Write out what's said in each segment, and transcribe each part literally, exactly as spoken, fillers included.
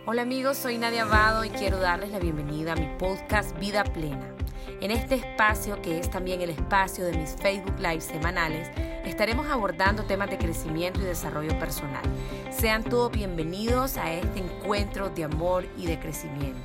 Hola amigos, soy Nadia Abado y quiero darles la bienvenida a mi podcast Vida Plena. En este espacio, que es también el espacio de mis Facebook Live semanales, estaremos abordando temas de crecimiento y desarrollo personal. Sean todos bienvenidos a este encuentro de amor y de crecimiento.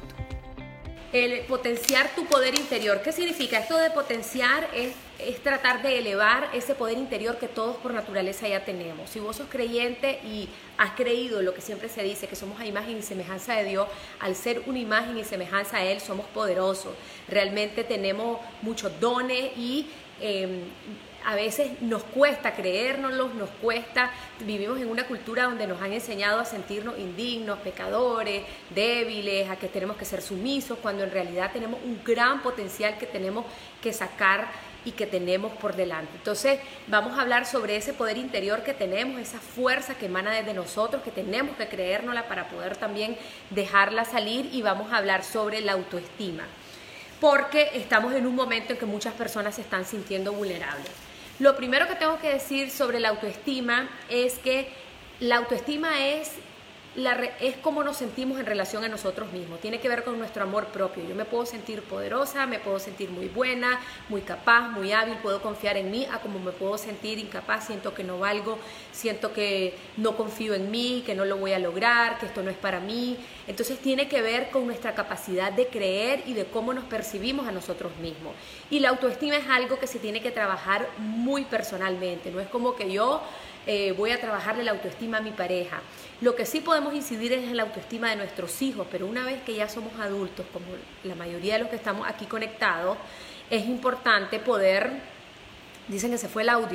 El potenciar tu poder interior. ¿Qué significa? Esto de potenciar es, es tratar de elevar ese poder interior que todos por naturaleza ya tenemos. Si vos sos creyente y has creído lo que siempre se dice, que somos a imagen y semejanza de Dios, al ser una imagen y semejanza a Él somos poderosos. Realmente tenemos muchos dones y eh, a veces nos cuesta creérnoslos, nos cuesta, vivimos en una cultura donde nos han enseñado a sentirnos indignos, pecadores, débiles, a que tenemos que ser sumisos, cuando en realidad tenemos un gran potencial que tenemos que sacar y que tenemos por delante. Entonces vamos a hablar sobre ese poder interior que tenemos, esa fuerza que emana desde nosotros, que tenemos que creérnosla para poder también dejarla salir, y vamos a hablar sobre la autoestima, porque estamos en un momento en que muchas personas se están sintiendo vulnerables. Lo primero que tengo que decir sobre la autoestima es que la autoestima es, la, es cómo nos sentimos en relación a nosotros mismos. Tiene que ver con nuestro amor propio. Yo me puedo sentir poderosa, me puedo sentir muy buena, muy capaz, muy hábil, puedo confiar en mí, a como me puedo sentir incapaz, siento que no valgo, siento que no confío en mí, que no lo voy a lograr, que esto no es para mí. Entonces tiene que ver con nuestra capacidad de creer y de cómo nos percibimos a nosotros mismos. Y la autoestima es algo que se tiene que trabajar muy personalmente. No es como que yo eh, voy a trabajarle la autoestima a mi pareja. Lo que sí podemos incidir es en la autoestima de nuestros hijos, pero una vez que ya somos adultos, como la mayoría de los que estamos aquí conectados, es importante poder, dicen que se fue el audio,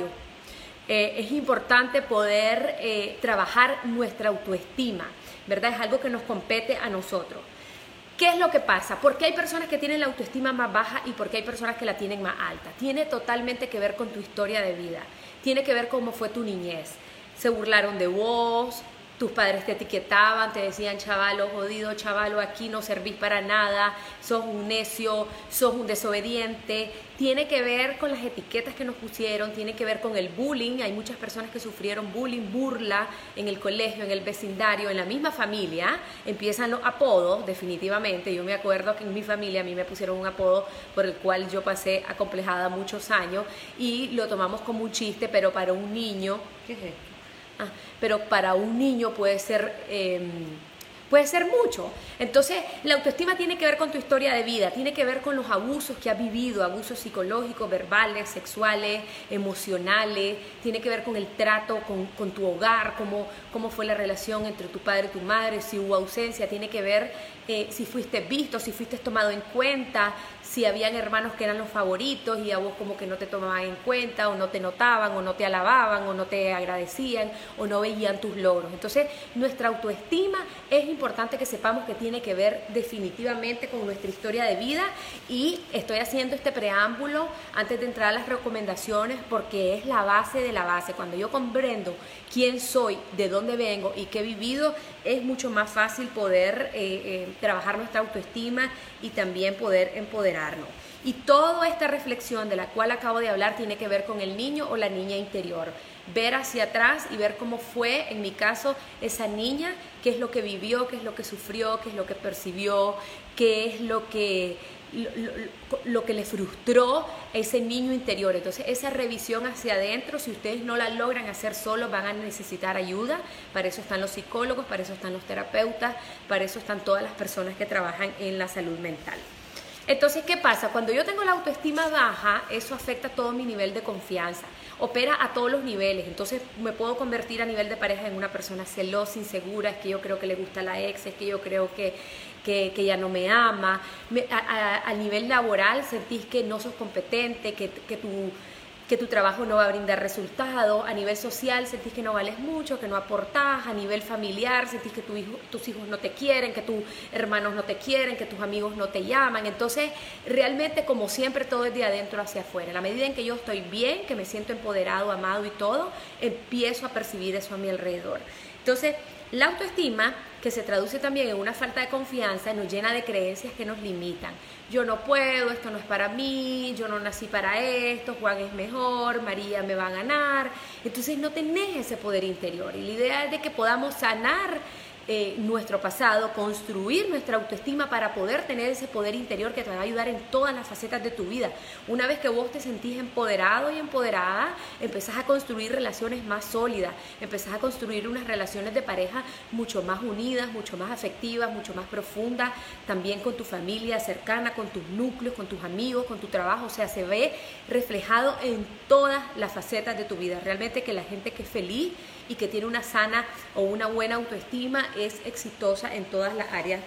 eh, es importante poder eh, trabajar nuestra autoestima, ¿verdad? Es algo que nos compete a nosotros. ¿Qué es lo que pasa? ¿Por qué hay personas que tienen la autoestima más baja y por qué hay personas que la tienen más alta? Tiene totalmente que ver con tu historia de vida, tiene que ver cómo fue tu niñez. Se burlaron de vos, tus padres te etiquetaban, te decían chavalo jodido, chavalo aquí no servís para nada, sos un necio, sos un desobediente. Tiene que ver con las etiquetas que nos pusieron, tiene que ver con el bullying. Hay muchas personas que sufrieron bullying, burla en el colegio, en el vecindario, en la misma familia. Empiezan los apodos, definitivamente. Yo me acuerdo que en mi familia a mí me pusieron un apodo por el cual yo pasé acomplejada muchos años y lo tomamos como un chiste, pero para un niño, ¿qué es esto? Ah, pero para un niño puede ser, eh, puede ser mucho. Entonces, la autoestima tiene que ver con tu historia de vida, tiene que ver con los abusos que has vivido, abusos psicológicos, verbales, sexuales, emocionales, tiene que ver con el trato con, con tu hogar, cómo, cómo fue la relación entre tu padre y tu madre, si hubo ausencia, tiene que ver eh, si fuiste visto, si fuiste tomado en cuenta, si habían hermanos que eran los favoritos y a vos como que no te tomaban en cuenta, o no te notaban, o no te alababan, o no te agradecían, o no veían tus logros. Entonces, nuestra autoestima es importante que sepamos que tiene que ver definitivamente con nuestra historia de vida, y estoy haciendo este preámbulo antes de entrar a las recomendaciones porque es la base de la base. Cuando yo comprendo quién soy, de dónde vengo y qué he vivido, es mucho más fácil poder eh, eh, trabajar nuestra autoestima y también poder empoderarnos. Y toda esta reflexión de la cual acabo de hablar tiene que ver con el niño o la niña interior. Ver hacia atrás y ver cómo fue, en mi caso, esa niña, qué es lo que vivió, qué es lo que sufrió, qué es lo que percibió, qué es lo que, lo, lo, lo que le frustró a ese niño interior. Entonces, esa revisión hacia adentro, si ustedes no la logran hacer solos, van a necesitar ayuda. Para eso están los psicólogos, para eso están los terapeutas, para eso están todas las personas que trabajan en la salud mental. Entonces, ¿qué pasa? Cuando yo tengo la autoestima baja, eso afecta todo mi nivel de confianza. Opera a todos los niveles. Entonces, me puedo convertir a nivel de pareja en una persona celosa, insegura, es que yo creo que le gusta a la ex, es que yo creo que, que, que ella no me ama. Me, a, a, a nivel laboral, sentís que no sos competente, que, que tu... que tu trabajo no va a brindar resultados. A nivel social sentís que no vales mucho, que no aportás. A nivel familiar sentís que tu hijo, tus hijos no te quieren, que tus hermanos no te quieren, que tus amigos no te llaman. Entonces, realmente, como siempre, todo es de adentro hacia afuera. En la medida en que yo estoy bien, que me siento empoderado, amado y todo, empiezo a percibir eso a mi alrededor. Entonces, la autoestima, que se traduce también en una falta de confianza, nos llena de creencias que nos limitan. Yo no puedo, esto no es para mí, yo no nací para esto, Juan es mejor, María me va a ganar. Entonces no tenés ese poder interior, y la idea es de que podamos sanar eh, nuestro pasado, construir nuestra autoestima para poder tener ese poder interior que te va a ayudar en todas las facetas de tu vida. Una vez que vos te sentís empoderado y empoderada, empezás a construir relaciones más sólidas, empezás a construir unas relaciones de pareja mucho más unidas, mucho más afectivas, mucho más profundas, también con tu familia cercana, con tus núcleos, con tus amigos, con tu trabajo. O sea, se ve reflejado en todas las facetas de tu vida. Realmente que la gente que es feliz y que tiene una sana o una buena autoestima es exitosa en todas las áreas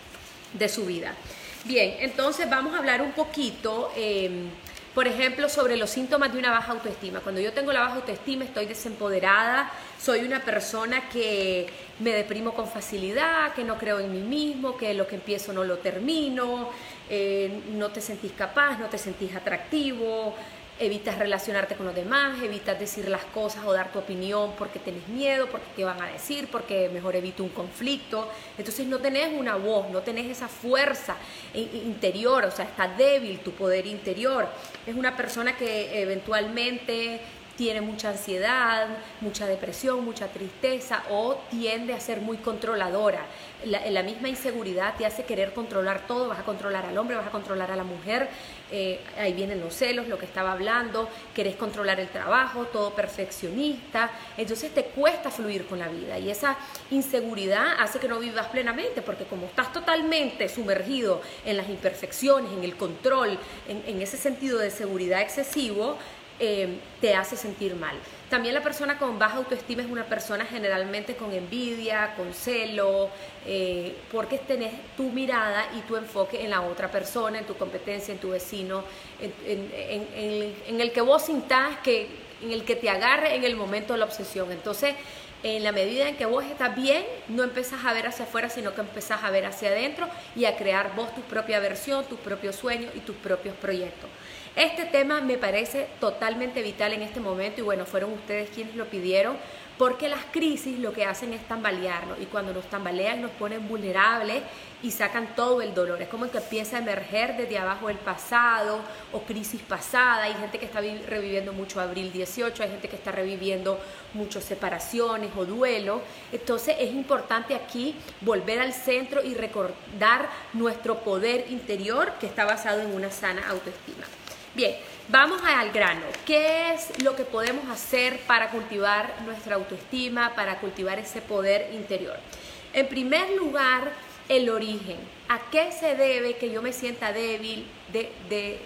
de su vida. Bien, entonces vamos a hablar un poquito, eh, por ejemplo, sobre los síntomas de una baja autoestima. Cuando yo tengo la baja autoestima, estoy desempoderada, soy una persona que me deprimo con facilidad, que no creo en mí mismo, que lo que empiezo no lo termino, eh, no te sentís capaz, no te sentís atractivo, evitas relacionarte con los demás, evitas decir las cosas o dar tu opinión porque tenés miedo, porque qué van a decir, porque mejor evito un conflicto. Entonces no tenés una voz, no tenés esa fuerza interior, o sea, está débil tu poder interior. Es una persona que eventualmente tiene mucha ansiedad, mucha depresión, mucha tristeza o tiende a ser muy controladora. La, la misma inseguridad te hace querer controlar todo, vas a controlar al hombre, vas a controlar a la mujer, eh, ahí vienen los celos, lo que estaba hablando, querés controlar el trabajo, todo perfeccionista, entonces te cuesta fluir con la vida y esa inseguridad hace que no vivas plenamente porque como estás totalmente sumergido en las imperfecciones, en el control, en, en ese sentido de seguridad excesivo, Eh, te hace sentir mal. También la persona con baja autoestima es una persona generalmente con envidia, con celo, eh, porque tenés tu mirada y tu enfoque en la otra persona, en tu competencia, en tu vecino, en, en, en, en, en el que vos sintás, que, en el que te agarre en el momento de la obsesión. Entonces, en la medida en que vos estás bien, no empezás a ver hacia afuera, sino que empezás a ver hacia adentro y a crear vos tu propia versión, tus propios sueños y tus propios proyectos. Este tema me parece totalmente vital en este momento y bueno, fueron ustedes quienes lo pidieron porque las crisis lo que hacen es tambalearnos y cuando nos tambalean nos ponen vulnerables y sacan todo el dolor. Es como que empieza a emerger desde abajo el pasado o crisis pasada. Hay gente que está reviviendo mucho abril dieciocho, hay gente que está reviviendo muchas separaciones o duelo. Entonces es importante aquí volver al centro y recordar nuestro poder interior que está basado en una sana autoestima. Bien, vamos al grano. ¿Qué es lo que podemos hacer para cultivar nuestra autoestima, para cultivar ese poder interior? En primer lugar, el origen. ¿A qué se debe que yo me sienta débil, de, de,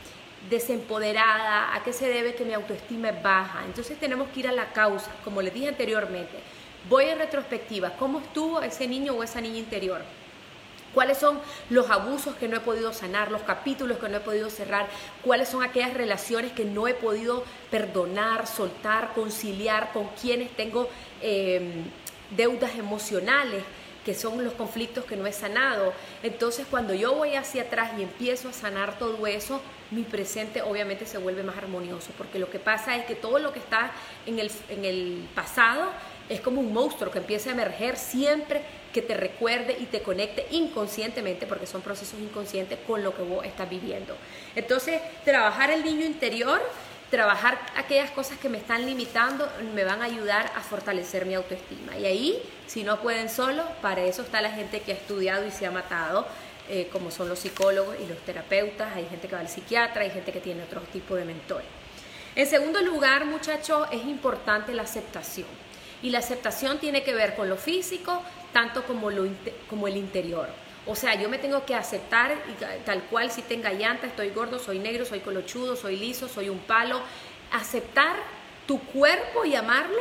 desempoderada? ¿A qué se debe que mi autoestima es baja? Entonces tenemos que ir a la causa, como les dije anteriormente. Voy en retrospectiva. ¿Cómo estuvo ese niño o esa niña interior? ¿Cuáles son los abusos que no he podido sanar, los capítulos que no he podido cerrar? ¿Cuáles son aquellas relaciones que no he podido perdonar, soltar, conciliar, con quienes tengo eh, deudas emocionales, que son los conflictos que no he sanado? Entonces, cuando yo voy hacia atrás y empiezo a sanar todo eso, mi presente obviamente se vuelve más armonioso, porque lo que pasa es que todo lo que está en el, en el pasado es como un monstruo que empieza a emerger siempre que te recuerde y te conecte inconscientemente, porque son procesos inconscientes, con lo que vos estás viviendo. Entonces, trabajar el niño interior, trabajar aquellas cosas que me están limitando, me van a ayudar a fortalecer mi autoestima. Y ahí, si no pueden solos, para eso está la gente que ha estudiado y se ha matado, eh, como son los psicólogos y los terapeutas. Hay gente que va al psiquiatra, hay gente que tiene otro tipo de mentores. En segundo lugar, muchachos, es importante la aceptación. Y la aceptación tiene que ver con lo físico, tanto como, lo, como el interior. O sea, yo me tengo que aceptar y tal cual, si tenga llanta, estoy gordo, soy negro, soy colochudo, soy liso, soy un palo. Aceptar tu cuerpo y amarlo,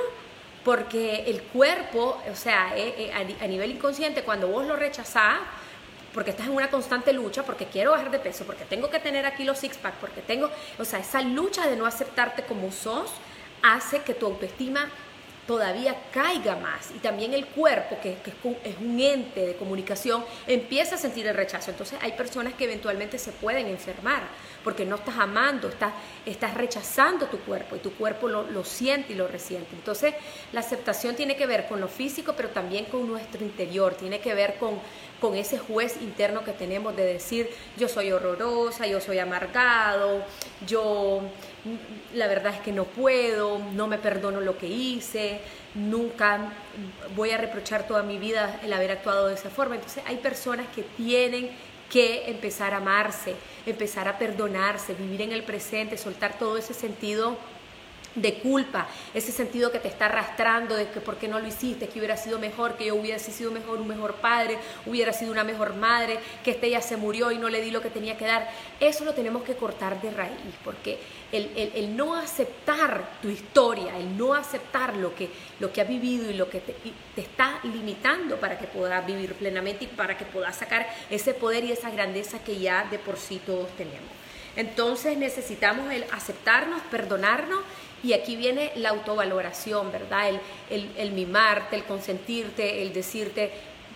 porque el cuerpo, o sea, eh, eh, a, a nivel inconsciente, cuando vos lo rechazás, porque estás en una constante lucha, porque quiero bajar de peso, porque tengo que tener aquí los six-pack, porque tengo, o sea, esa lucha de no aceptarte como sos, hace que tu autoestima todavía caiga más, y también el cuerpo, que, que es un ente de comunicación, empieza a sentir el rechazo. Entonces hay personas que eventualmente se pueden enfermar porque no estás amando, estás, estás rechazando tu cuerpo y tu cuerpo lo, lo siente y lo resiente. Entonces la aceptación tiene que ver con lo físico, pero también con nuestro interior, tiene que ver con, con ese juez interno que tenemos de decir: yo soy horrorosa, yo soy amargado, yo la verdad es que no puedo, no me perdono lo que hice, bien, nunca voy a reprochar toda mi vida el haber actuado de esa forma. Entonces hay personas que tienen que empezar a amarse, empezar a perdonarse, vivir en el presente, soltar todo ese sentido de culpa, ese sentido que te está arrastrando de que por qué no lo hiciste, que hubiera sido mejor, que yo hubiera sido mejor, un mejor padre, hubiera sido una mejor madre, que este ya se murió y no le di lo que tenía que dar. Eso lo tenemos que cortar de raíz, porque el, el, el no aceptar tu historia, el no aceptar lo que, lo que has vivido y lo que te, y te está limitando para que puedas vivir plenamente y para que puedas sacar ese poder y esa grandeza que ya de por sí todos tenemos. Entonces necesitamos el aceptarnos, perdonarnos. Y aquí viene la autovaloración, ¿verdad? El, el, el mimarte, el consentirte, el decirte,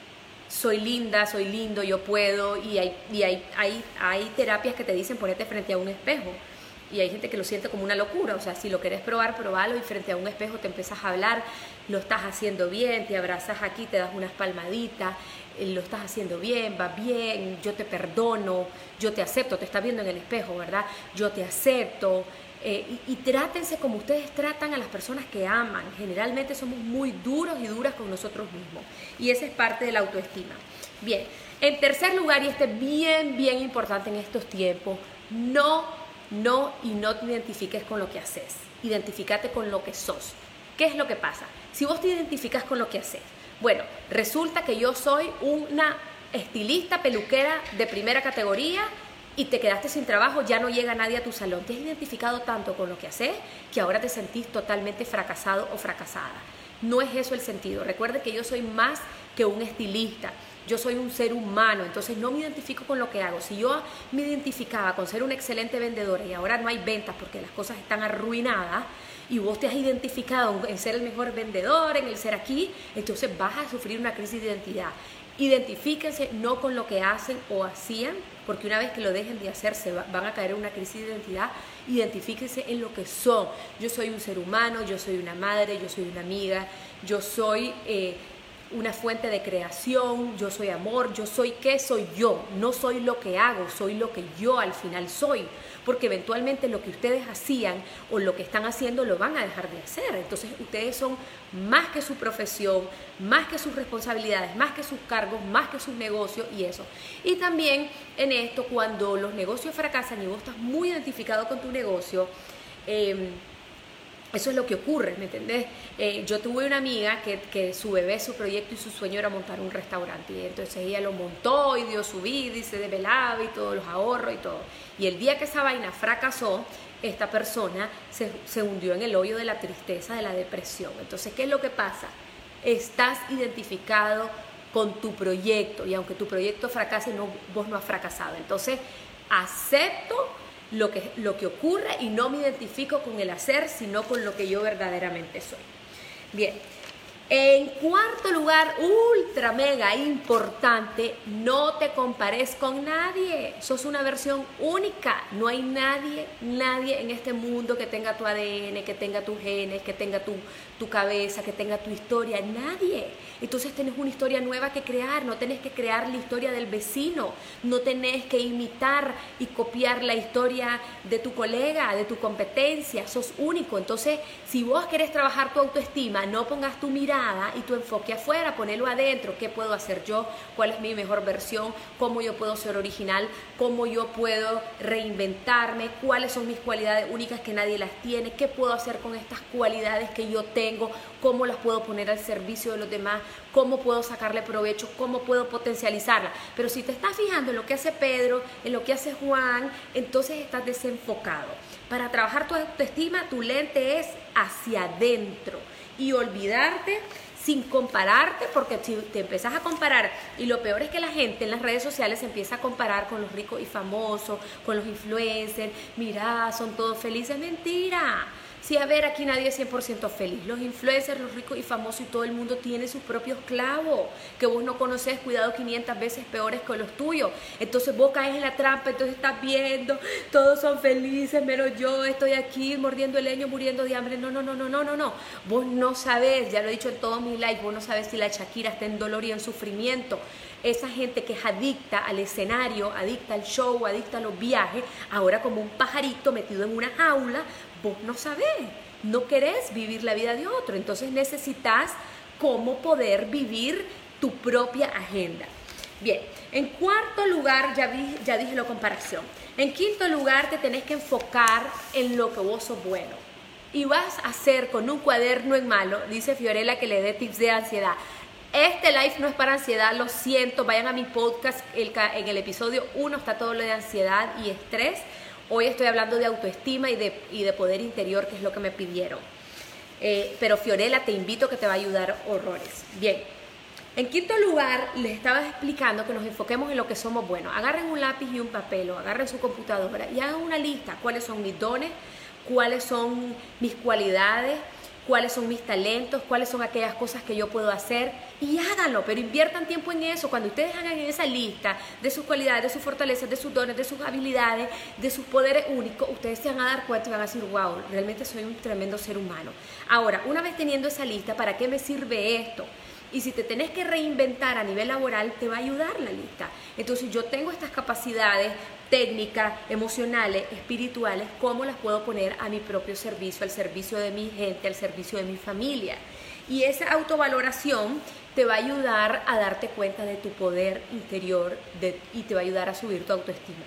soy linda, soy lindo, yo puedo. Y hay, y hay, hay, hay terapias que te dicen ponerte frente a un espejo. Y hay gente que lo siente como una locura. O sea, si lo querés probar, probalo y frente a un espejo te empiezas a hablar. Lo estás haciendo bien, te abrazas aquí, te das unas palmaditas. Lo estás haciendo bien, va bien, yo te perdono, yo te acepto. Te estás viendo en el espejo, ¿verdad? Yo te acepto. Eh, y, y trátense como ustedes tratan a las personas que aman. Generalmente somos muy duros y duras con nosotros mismos. Y esa es parte de la autoestima. Bien, en tercer lugar, y este es bien, bien importante en estos tiempos, no, no y no te identifiques con lo que haces. Identifícate con lo que sos. ¿Qué es lo que pasa? Si vos te identificas con lo que haces, bueno, resulta que yo soy una estilista, peluquera de primera categoría, y te quedaste sin trabajo, ya no llega nadie a tu salón. Te has identificado tanto con lo que haces que ahora te sentís totalmente fracasado o fracasada. No es eso el sentido. Recuerde que yo soy más que un estilista. Yo soy un ser humano, entonces no me identifico con lo que hago. Si yo me identificaba con ser una excelente vendedora y ahora no hay ventas porque las cosas están arruinadas y vos te has identificado en ser el mejor vendedor, en el ser aquí, entonces vas a sufrir una crisis de identidad. Identifíquense no con lo que hacen o hacían, porque una vez que lo dejen de hacer se va, van a caer en una crisis de identidad. Identifíquense en lo que son. Yo soy un ser humano, yo soy una madre, yo soy una amiga, yo soy eh, una fuente de creación, yo soy amor, yo soy qué soy yo, no soy lo que hago, soy lo que yo al final soy, porque eventualmente lo que ustedes hacían o lo que están haciendo lo van a dejar de hacer. Entonces ustedes son más que su profesión, más que sus responsabilidades, más que sus cargos, más que sus negocios y eso. Y también en esto, cuando los negocios fracasan y vos estás muy identificado con tu negocio, eh, eso es lo que ocurre, ¿me entendés? Eh, yo tuve una amiga que, que su bebé, su proyecto y su sueño era montar un restaurante. Y entonces ella lo montó y dio su vida y se desvelaba y todos los ahorros y todo. Y el día que esa vaina fracasó, esta persona se, se hundió en el hoyo de la tristeza, de la depresión. Entonces, ¿qué es lo que pasa? Estás identificado con tu proyecto y aunque tu proyecto fracase, no, vos no has fracasado. Entonces, acepto Lo que, lo que ocurre y no me identifico con el hacer, sino con lo que yo verdaderamente soy. Bien, en cuarto lugar, ultra mega importante, no te compares con nadie. Sos una versión única. No hay nadie, nadie en este mundo que tenga tu A D N, que tenga tus genes, que tenga tu, tu cabeza, que tenga tu historia. Nadie. Entonces tenés una historia nueva que crear. No tenés que crear la historia del vecino. No tenés que imitar y copiar la historia de tu colega, de tu competencia. Sos único. Entonces, si vos querés trabajar tu autoestima, no pongas tu mirada y tu enfoque afuera, ponelo adentro. ¿Qué puedo hacer yo? ¿Cuál es mi mejor versión? ¿Cómo yo puedo ser original? ¿Cómo yo puedo reinventarme? ¿Cuáles son mis cualidades únicas que nadie las tiene? ¿Qué puedo hacer con estas cualidades que yo tengo? ¿Cómo las puedo poner al servicio de los demás? ¿Cómo puedo sacarle provecho? ¿Cómo puedo potencializarla? Pero si te estás fijando en lo que hace Pedro, en lo que hace Juan, entonces estás desenfocado. Para trabajar tu autoestima, tu lente es hacia adentro. Y olvidarte sin compararte, porque si te empezás a comparar, y lo peor es que la gente en las redes sociales se empieza a comparar con los ricos y famosos, con los influencers, mira, son todos felices, mentira. Sí, a ver, aquí nadie es cien por ciento feliz. Los influencers, los ricos y famosos y todo el mundo tiene sus propios clavos que vos no conocés, cuidado, quinientas veces peores que los tuyos. Entonces vos caes en la trampa, entonces estás viendo, todos son felices, menos yo, estoy aquí mordiendo el leño, muriendo de hambre. No, no, no, no, no, no, no. Vos no sabés, ya lo he dicho en todo mi live, vos no sabés si la Shakira está en dolor y en sufrimiento. Esa gente que es adicta al escenario, adicta al show, adicta a los viajes, ahora como un pajarito metido en una jaula, vos no sabés. no querés vivir la vida de otro. Entonces necesitas cómo poder vivir tu propia agenda. Bien, en cuarto lugar, ya, vi, ya dije la comparación. En quinto lugar, te tenés que enfocar en lo que vos sos bueno. Y vas a hacer con un cuaderno en mano, dice Fiorella que le dé tips de ansiedad. Este live no es para ansiedad, lo siento. Vayan a mi podcast, el, en el episodio uno está todo lo de ansiedad y estrés. Hoy estoy hablando de autoestima y de, y de poder interior, que es lo que me pidieron. Eh, pero Fiorella, te invito, que te va a ayudar horrores. Bien. En quinto lugar, les estaba explicando que nos enfoquemos en lo que somos buenos. Agarren un lápiz y un papel, o agarren su computadora y hagan una lista. ¿Cuáles son mis dones? ¿Cuáles son mis cualidades? ¿Cuáles son mis talentos? ¿Cuáles son aquellas cosas que yo puedo hacer? Y háganlo, pero inviertan tiempo en eso. Cuando ustedes hagan esa lista de sus cualidades, de sus fortalezas, de sus dones, de sus habilidades, de sus poderes únicos, ustedes se van a dar cuenta y van a decir, wow, realmente soy un tremendo ser humano. Ahora, una vez teniendo esa lista, ¿para qué me sirve esto? Y si te tenés que reinventar a nivel laboral, te va a ayudar la lista. Entonces, yo tengo estas capacidades técnicas, emocionales, espirituales, ¿cómo las puedo poner a mi propio servicio, al servicio de mi gente, al servicio de mi familia? Y esa autovaloración te va a ayudar a darte cuenta de tu poder interior de, y te va a ayudar a subir tu autoestima.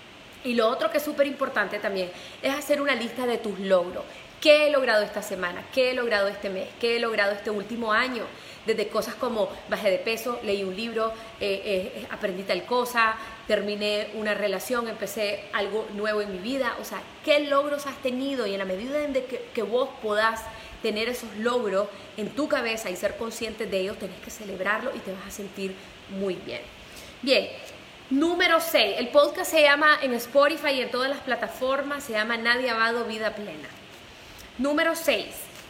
Y lo otro que es súper importante también es hacer una lista de tus logros. ¿Qué he logrado esta semana? ¿Qué he logrado este mes? ¿Qué he logrado este último año? Desde cosas como bajé de peso, leí un libro, eh, eh, aprendí tal cosa, terminé una relación, empecé algo nuevo en mi vida. O sea, ¿qué logros has tenido? Y en la medida en que, que vos podás tener esos logros en tu cabeza y ser consciente de ellos, tenés que celebrarlo y te vas a sentir muy bien. Bien. Número seis. El podcast se llama en Spotify y en todas las plataformas, se llama Nadia Abado Vida Plena. Número seis.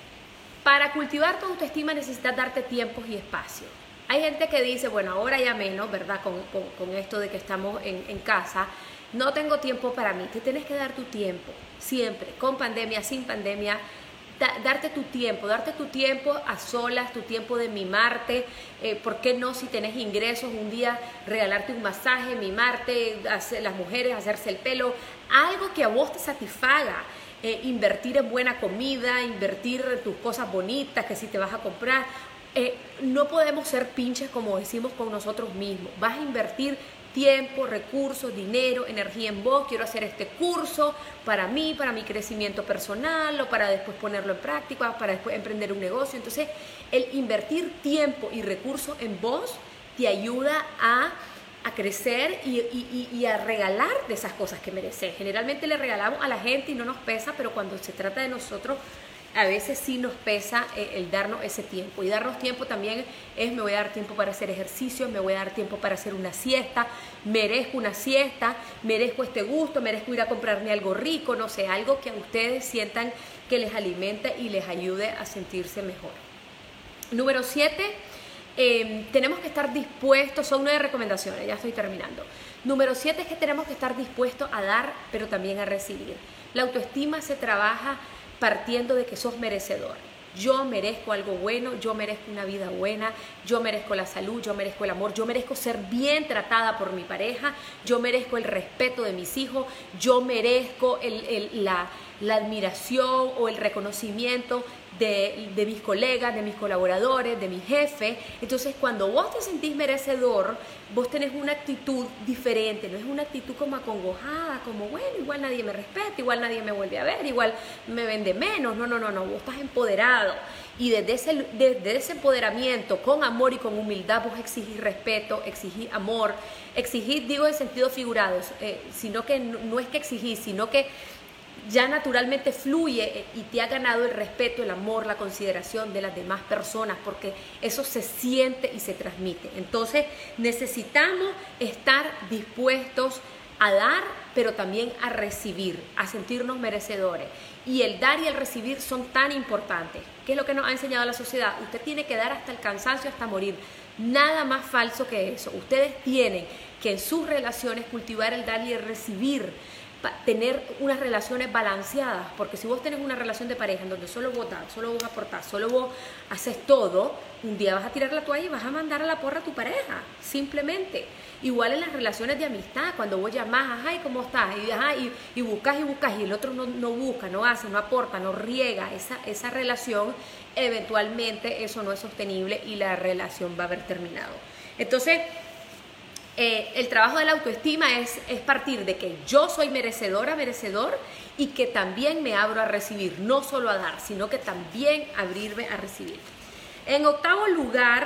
Para cultivar tu autoestima necesitas darte tiempos y espacio. Hay gente que dice, bueno, ahora ya menos, ¿verdad? Con, con, con esto de que estamos en, en casa, no tengo tiempo para mí. Te tienes que dar tu tiempo, siempre, con pandemia, sin pandemia. Da, darte tu tiempo, darte tu tiempo a solas, tu tiempo de mimarte. Eh, ¿Por qué no, si tenés ingresos, un día regalarte un masaje, mimarte, hacer, las mujeres hacerse el pelo? Algo que a vos te satisfaga. Eh, invertir en buena comida, invertir en tus cosas bonitas que si te vas a comprar. Eh, no podemos ser pinches como decimos con nosotros mismos. Vas a invertir tiempo, recursos, dinero, energía en vos. Quiero hacer este curso para mí, para mi crecimiento personal, o para después ponerlo en práctica, para después emprender un negocio. Entonces, el invertir tiempo y recursos en vos te ayuda a a crecer y, y, y a regalar de esas cosas que mereces. Generalmente le regalamos a la gente y no nos pesa, pero cuando se trata de nosotros, a veces sí nos pesa el darnos ese tiempo. Y darnos tiempo también es, me voy a dar tiempo para hacer ejercicio, me voy a dar tiempo para hacer una siesta, merezco una siesta, merezco este gusto, merezco ir a comprarme algo rico, no sé, algo que a ustedes sientan que les alimenta y les ayude a sentirse mejor. Número siete. Eh, tenemos que estar dispuestos, son nueve recomendaciones, ya estoy terminando. Número siete es que tenemos que estar dispuestos a dar, pero también a recibir. La autoestima se trabaja partiendo de que sos merecedor. Yo merezco algo bueno, yo merezco una vida buena, yo merezco la salud, yo merezco el amor, yo merezco ser bien tratada por mi pareja, yo merezco el respeto de mis hijos, yo merezco el, el, la, la admiración o el reconocimiento de, de mis colegas, de mis colaboradores, de mi jefe. Entonces, cuando vos te sentís merecedor, vos tenés una actitud diferente, no es una actitud como acongojada, como bueno, igual nadie me respeta, igual nadie me vuelve a ver, igual me vende menos. No, no, no, no, vos estás empoderado. Y desde ese, desde ese empoderamiento, con amor y con humildad, vos exigís respeto, exigís amor, exigís, digo en sentido figurado, eh, sino que no, no es que exigís, sino que ya naturalmente fluye y te ha ganado el respeto, el amor, la consideración de las demás personas, porque eso se siente y se transmite. Entonces necesitamos estar dispuestos a dar, pero también a recibir, a sentirnos merecedores. Y el dar y el recibir son tan importantes. ¿Qué es lo que nos ha enseñado la sociedad? Usted tiene que dar hasta el cansancio, hasta morir. Nada más falso que eso. Ustedes tienen que en sus relaciones cultivar el dar y el recibir. tener unas relaciones balanceadas, porque si vos tenés una relación de pareja en donde solo vos das, solo vos aportás, solo vos haces todo, un día vas a tirar la toalla y vas a mandar a la porra a tu pareja, simplemente. Igual en las relaciones de amistad, cuando vos llamás, ay, ¿cómo estás? Y, ajá, y, y buscas y buscas y el otro no, no busca, no hace, no aporta, no riega esa, esa relación, eventualmente eso no es sostenible y la relación va a haber terminado. Entonces, Eh, el trabajo de la autoestima es, es partir de que yo soy merecedora, merecedor y que también me abro a recibir, no solo a dar, sino que también abrirme a recibir. En octavo lugar,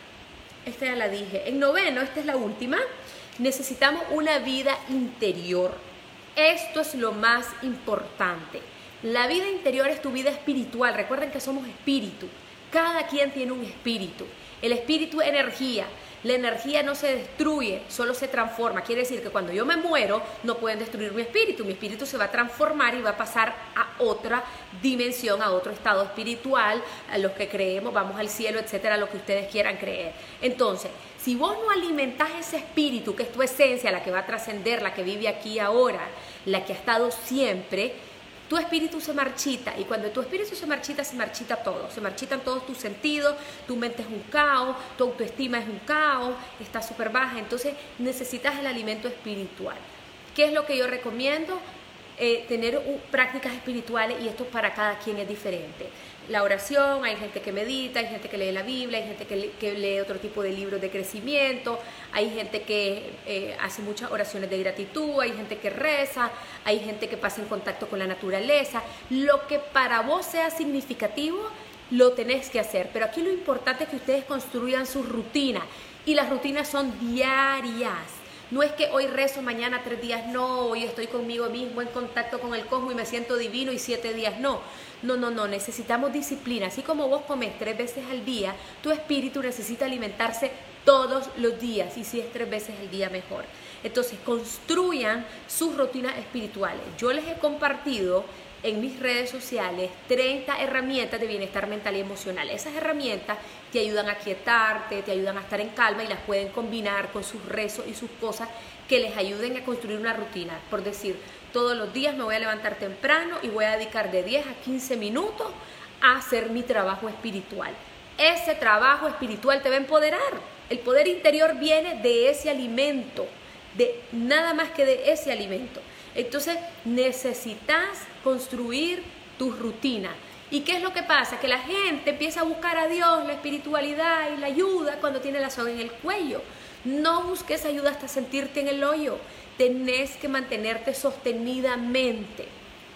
esta ya la dije, en noveno, esta es la última, necesitamos una vida interior. Esto es lo más importante. La vida interior es tu vida espiritual. Recuerden que somos espíritu. Cada quien tiene un espíritu. El espíritu es energía. La energía no se destruye, solo se transforma. Quiere decir que cuando yo me muero, no pueden destruir mi espíritu. Mi espíritu se va a transformar y va a pasar a otra dimensión, a otro estado espiritual, a los que creemos, vamos al cielo, etcétera, lo que ustedes quieran creer. Entonces, si vos no alimentás ese espíritu, que es tu esencia, la que va a trascender, la que vive aquí ahora, la que ha estado siempre, tu espíritu se marchita, y cuando tu espíritu se marchita, se marchita todo, se marchitan todos tus sentidos, tu mente es un caos, tu autoestima es un caos, está súper baja. Entonces necesitas el alimento espiritual. ¿Qué es lo que yo recomiendo? Eh, tener uh, prácticas espirituales, y esto para cada quien es diferente. La oración, hay gente que medita, hay gente que lee la Biblia, hay gente que, le, que lee otro tipo de libros de crecimiento, hay gente que eh, hace muchas oraciones de gratitud, hay gente que reza, hay gente que pasa en contacto con la naturaleza. Lo que para vos sea significativo, lo tenés que hacer, pero aquí lo importante es que ustedes construyan sus rutinas, y las rutinas son diarias. No es que hoy rezo, mañana tres días no, hoy estoy conmigo mismo en contacto con el cosmos y me siento divino y siete días no. No, no, no, necesitamos disciplina. Así como vos comes tres veces al día, tu espíritu necesita alimentarse todos los días, y si es tres veces al día mejor. Entonces, construyan sus rutinas espirituales. Yo les he compartido en mis redes sociales treinta herramientas de bienestar mental y emocional. Esas herramientas te ayudan a quietarte, te ayudan a estar en calma, y las pueden combinar con sus rezos y sus cosas que les ayuden a construir una rutina. Por decir, todos los días me voy a levantar temprano y voy a dedicar de diez a quince minutos a hacer mi trabajo espiritual. Ese trabajo espiritual te va a empoderar. El poder interior viene de ese alimento, de nada más que de ese alimento. Entonces necesitas construir tu rutina. ¿Y qué es lo que pasa? Que la gente empieza a buscar a Dios, la espiritualidad y la ayuda cuando tiene la soga en el cuello. No busques ayuda hasta sentirte en el hoyo. Tenés que mantenerte sostenidamente.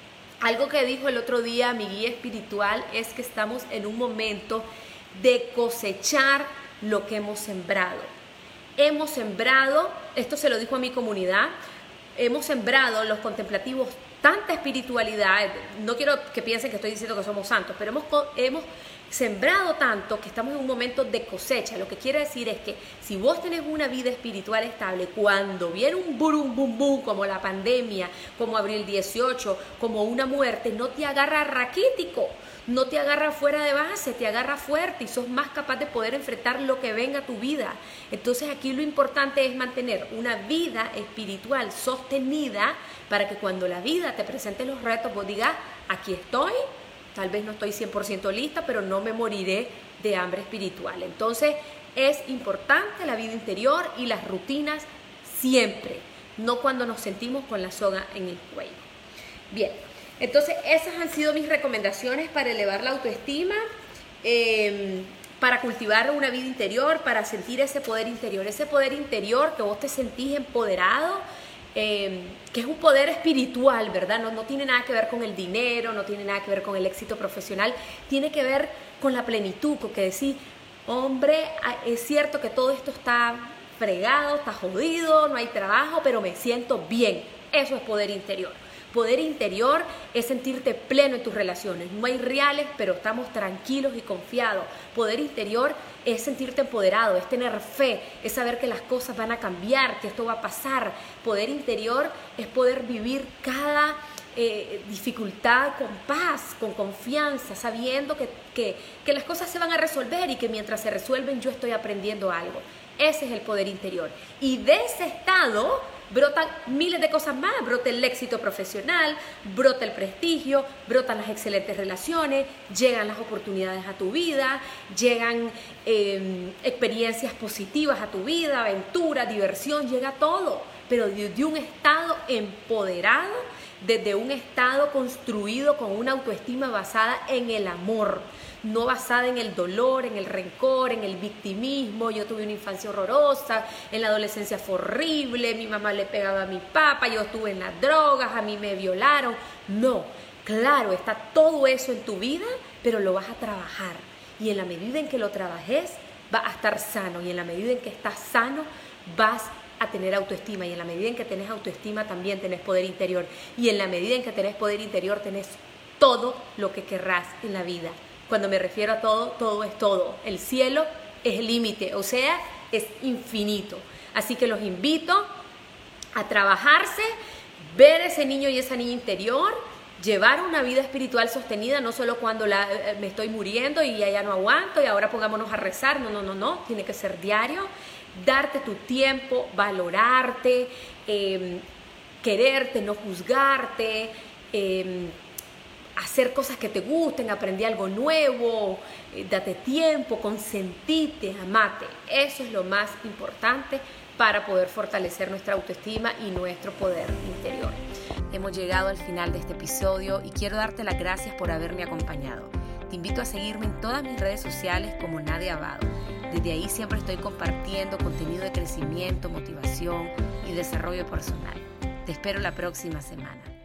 Algo que dijo el otro día mi guía espiritual es que estamos en un momento de cosechar lo que hemos sembrado. Hemos sembrado, esto se lo dijo a mi comunidad, hemos sembrado los contemplativos tanta espiritualidad. No quiero que piensen que estoy diciendo que somos santos, pero hemos, hemos sembrado tanto que estamos en un momento de cosecha. Lo que quiere decir es que si vos tenés una vida espiritual estable, cuando viene un burum bum bum como la pandemia, como abril dieciocho, como una muerte, no te agarra raquítico, no te agarra fuera de base, te agarra fuerte, y sos más capaz de poder enfrentar lo que venga a tu vida. Entonces aquí lo importante es mantener una vida espiritual sostenida, para que cuando la vida te presente los retos, vos digas, aquí estoy, tal vez no estoy cien por ciento lista, pero no me moriré de hambre espiritual. Entonces es importante la vida interior y las rutinas siempre, no cuando nos sentimos con la soga en el cuello. Bien, entonces esas han sido mis recomendaciones para elevar la autoestima, eh, para cultivar una vida interior, para sentir ese poder interior, ese poder interior que vos te sentís empoderado, eh, que es un poder espiritual, ¿verdad? No, no tiene nada que ver con el dinero, no tiene nada que ver con el éxito profesional, tiene que ver con la plenitud, con que decir, hombre, es cierto que todo esto está fregado, está jodido, no hay trabajo, pero me siento bien. Eso es poder interior. Poder interior es sentirte pleno en tus relaciones. No hay reales, pero estamos tranquilos y confiados. Poder interior es sentirte empoderado, es tener fe, es saber que las cosas van a cambiar, que esto va a pasar. Poder interior es poder vivir cada eh, dificultad con paz, con confianza, sabiendo que, que, que las cosas se van a resolver, y que mientras se resuelven yo estoy aprendiendo algo. Ese es el poder interior. Y de ese estado brotan miles de cosas más. Brota el éxito profesional, brota el prestigio, brotan las excelentes relaciones, llegan las oportunidades a tu vida, llegan eh, experiencias positivas a tu vida, aventura, diversión, llega todo. Pero desde un estado empoderado, desde un estado construido con una autoestima basada en el amor, no basada en el dolor, en el rencor, en el victimismo. Yo tuve una infancia horrorosa, en la adolescencia fue horrible, mi mamá le pegaba a mi papá, yo estuve en las drogas, a mí me violaron. No, claro, está todo eso en tu vida, pero lo vas a trabajar. Y en la medida en que lo trabajes, vas a estar sano. Y en la medida en que estás sano, vas a tener autoestima. Y en la medida en que tenés autoestima, también tenés poder interior. Y en la medida en que tenés poder interior, tenés todo lo que querrás en la vida. Cuando me refiero a todo, todo es todo. El cielo es el límite, o sea, es infinito. Así que los invito a trabajarse, ver ese niño y esa niña interior, llevar una vida espiritual sostenida, no solo cuando la, eh, me estoy muriendo y ya, ya no aguanto y ahora pongámonos a rezar. No, no, no, no. Tiene que ser diario. Darte tu tiempo, valorarte, eh, quererte, no juzgarte, eh, hacer cosas que te gusten, aprender algo nuevo, eh, date tiempo, consentite, amate. Eso es lo más importante para poder fortalecer nuestra autoestima y nuestro poder interior. Hemos llegado al final de este episodio y quiero darte las gracias por haberme acompañado. Te invito a seguirme en todas mis redes sociales como Nadia Abado. Desde ahí siempre estoy compartiendo contenido de crecimiento, motivación y desarrollo personal. Te espero la próxima semana.